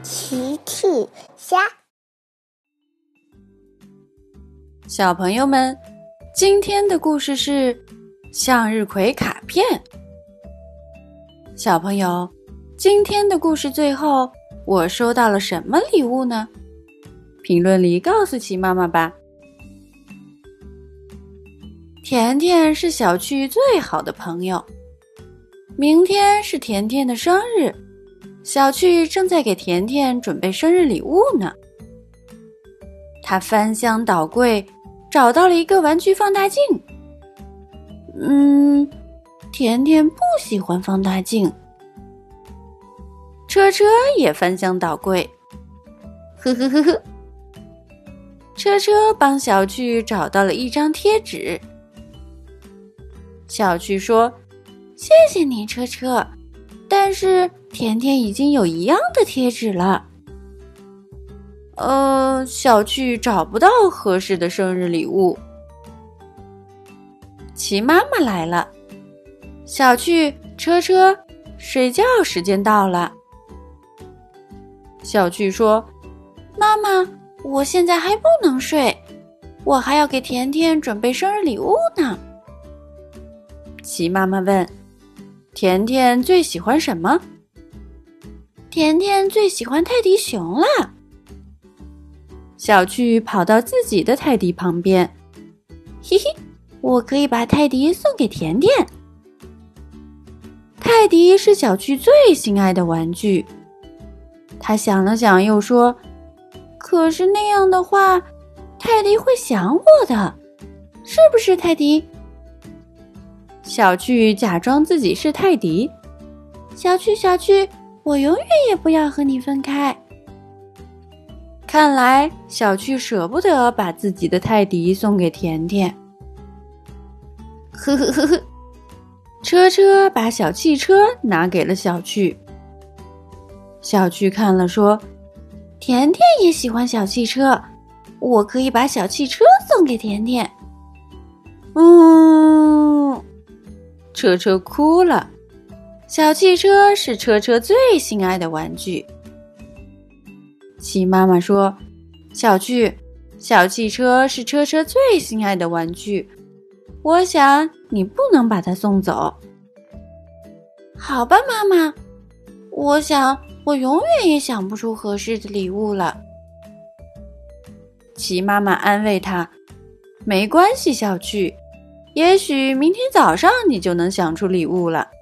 奇趣虾。 小朋友们，今天的故事是向日葵卡片。小朋友，今天的故事最后我收到了什么礼物呢？评论里告诉奇妈妈吧。甜甜是小趣最好的朋友，明天是甜甜的生日，小趣正在给甜甜准备生日礼物呢。他翻箱倒柜，找到了一个玩具放大镜。甜甜不喜欢放大镜。车车也翻箱倒柜，呵呵呵呵。车车帮小趣找到了一张贴纸。小趣说：“谢谢你，车车，但是甜甜已经有一样的贴纸了。”小趣找不到合适的生日礼物。齐妈妈来了，小趣、车车，睡觉时间到了。小趣说：“妈妈，我现在还不能睡，我还要给甜甜准备生日礼物呢。”齐妈妈问：“甜甜最喜欢什么？”甜甜最喜欢泰迪熊了。小趣跑到自己的泰迪旁边，嘿嘿，我可以把泰迪送给甜甜。泰迪是小趣最心爱的玩具。他想了想又说：“可是那样的话，泰迪会想我的，是不是泰迪？”小趣假装自己是泰迪。小趣，我永远也不要和你分开。看来小趣舍不得把自己的泰迪送给甜甜。呵呵呵呵，车车把小汽车拿给了小趣。小趣看了说：“甜甜也喜欢小汽车，我可以把小汽车送给甜甜。”车车哭了。小汽车是车车最心爱的玩具。齐妈妈说：“小趣，小汽车是车车最心爱的玩具，我想你不能把它送走。”好吧，妈妈，我想我永远也想不出合适的礼物了。齐妈妈安慰他：“没关系，小趣，也许明天早上你就能想出礼物了。”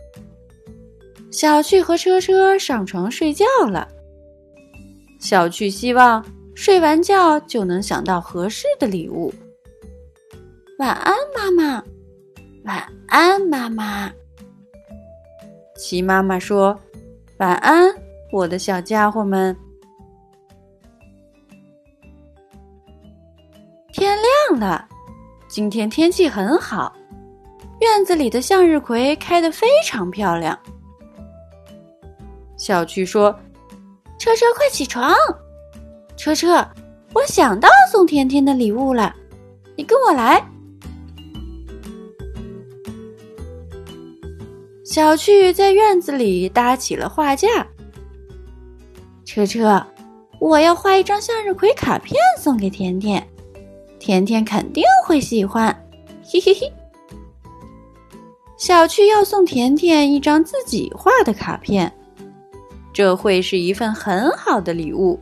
小趣和车车上床睡觉了。小趣希望睡完觉就能想到合适的礼物。晚安，妈妈。晚安，妈妈。齐妈妈说：“晚安，我的小家伙们。”天亮了，今天天气很好，院子里的向日葵开得非常漂亮。小趣说：“车车，快起床！车车，我想到送甜甜的礼物了，你跟我来。”小趣在院子里搭起了画架。车车，我要画一张向日葵卡片送给甜甜，甜甜肯定会喜欢，嘿嘿嘿。小趣要送甜甜一张自己画的卡片，这会是一份很好的礼物。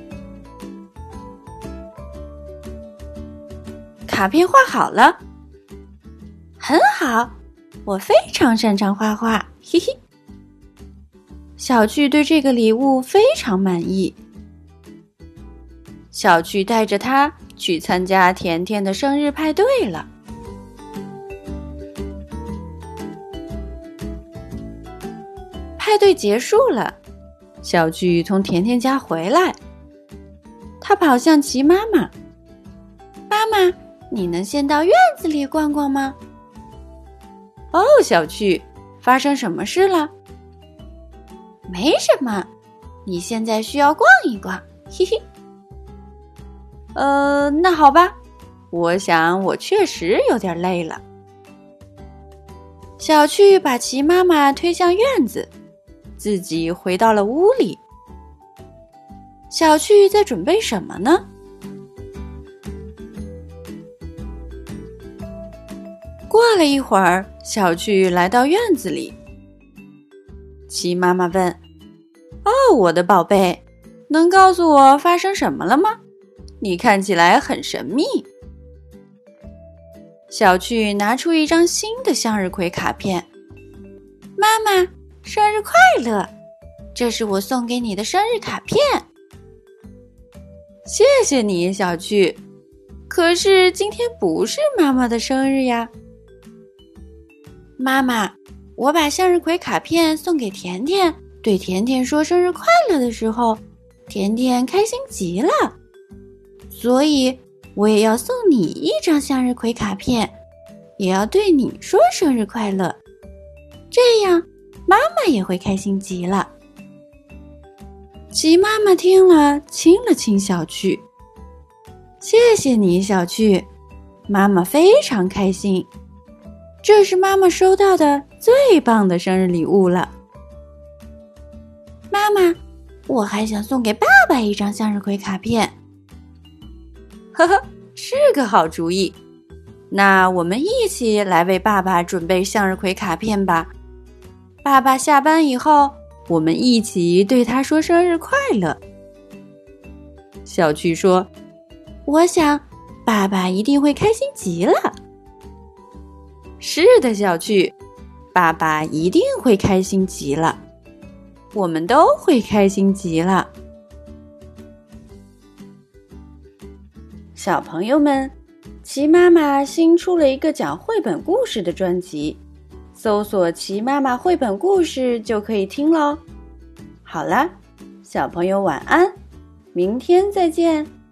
卡片画好了，很好，我非常擅长画画，嘿嘿。小趣对这个礼物非常满意。小趣带着它去参加甜甜的生日派对了。派对结束了，小趣从甜甜家回来，他跑向齐妈妈：“妈妈，你能先到院子里逛逛吗？”“哦，小趣，发生什么事了？”“没什么，你现在需要逛一逛，嘿嘿。”“那好吧，我想我确实有点累了。”小趣把齐妈妈推向院子，自己回到了屋里。 小趣在准备什么呢？过了一会儿，小趣来到院子里。齐妈妈问：“哦，我的宝贝，能告诉我发生什么了吗？你看起来很神秘。”小趣拿出一张新的向日葵卡片。妈妈，生日快乐！这是我送给你的生日卡片。谢谢你，小趣。可是今天不是妈妈的生日呀。妈妈，我把向日葵卡片送给甜甜，对甜甜说生日快乐的时候，甜甜开心极了。所以我也要送你一张向日葵卡片，也要对你说生日快乐，这样妈妈也会开心极了。齐妈妈听了，亲了亲小趣。谢谢你，小趣，妈妈非常开心。这是妈妈收到的最棒的生日礼物了。妈妈，我还想送给爸爸一张向日葵卡片。呵呵，是个好主意。那我们一起来为爸爸准备向日葵卡片吧。爸爸下班以后，我们一起对他说生日快乐。小趣说：“我想爸爸一定会开心极了。”是的，小趣，爸爸一定会开心极了，我们都会开心极了。小朋友们，齐妈妈新出了一个讲绘本故事的专辑，搜索齐妈妈绘本故事就可以听咯。好啦，小朋友晚安，明天再见。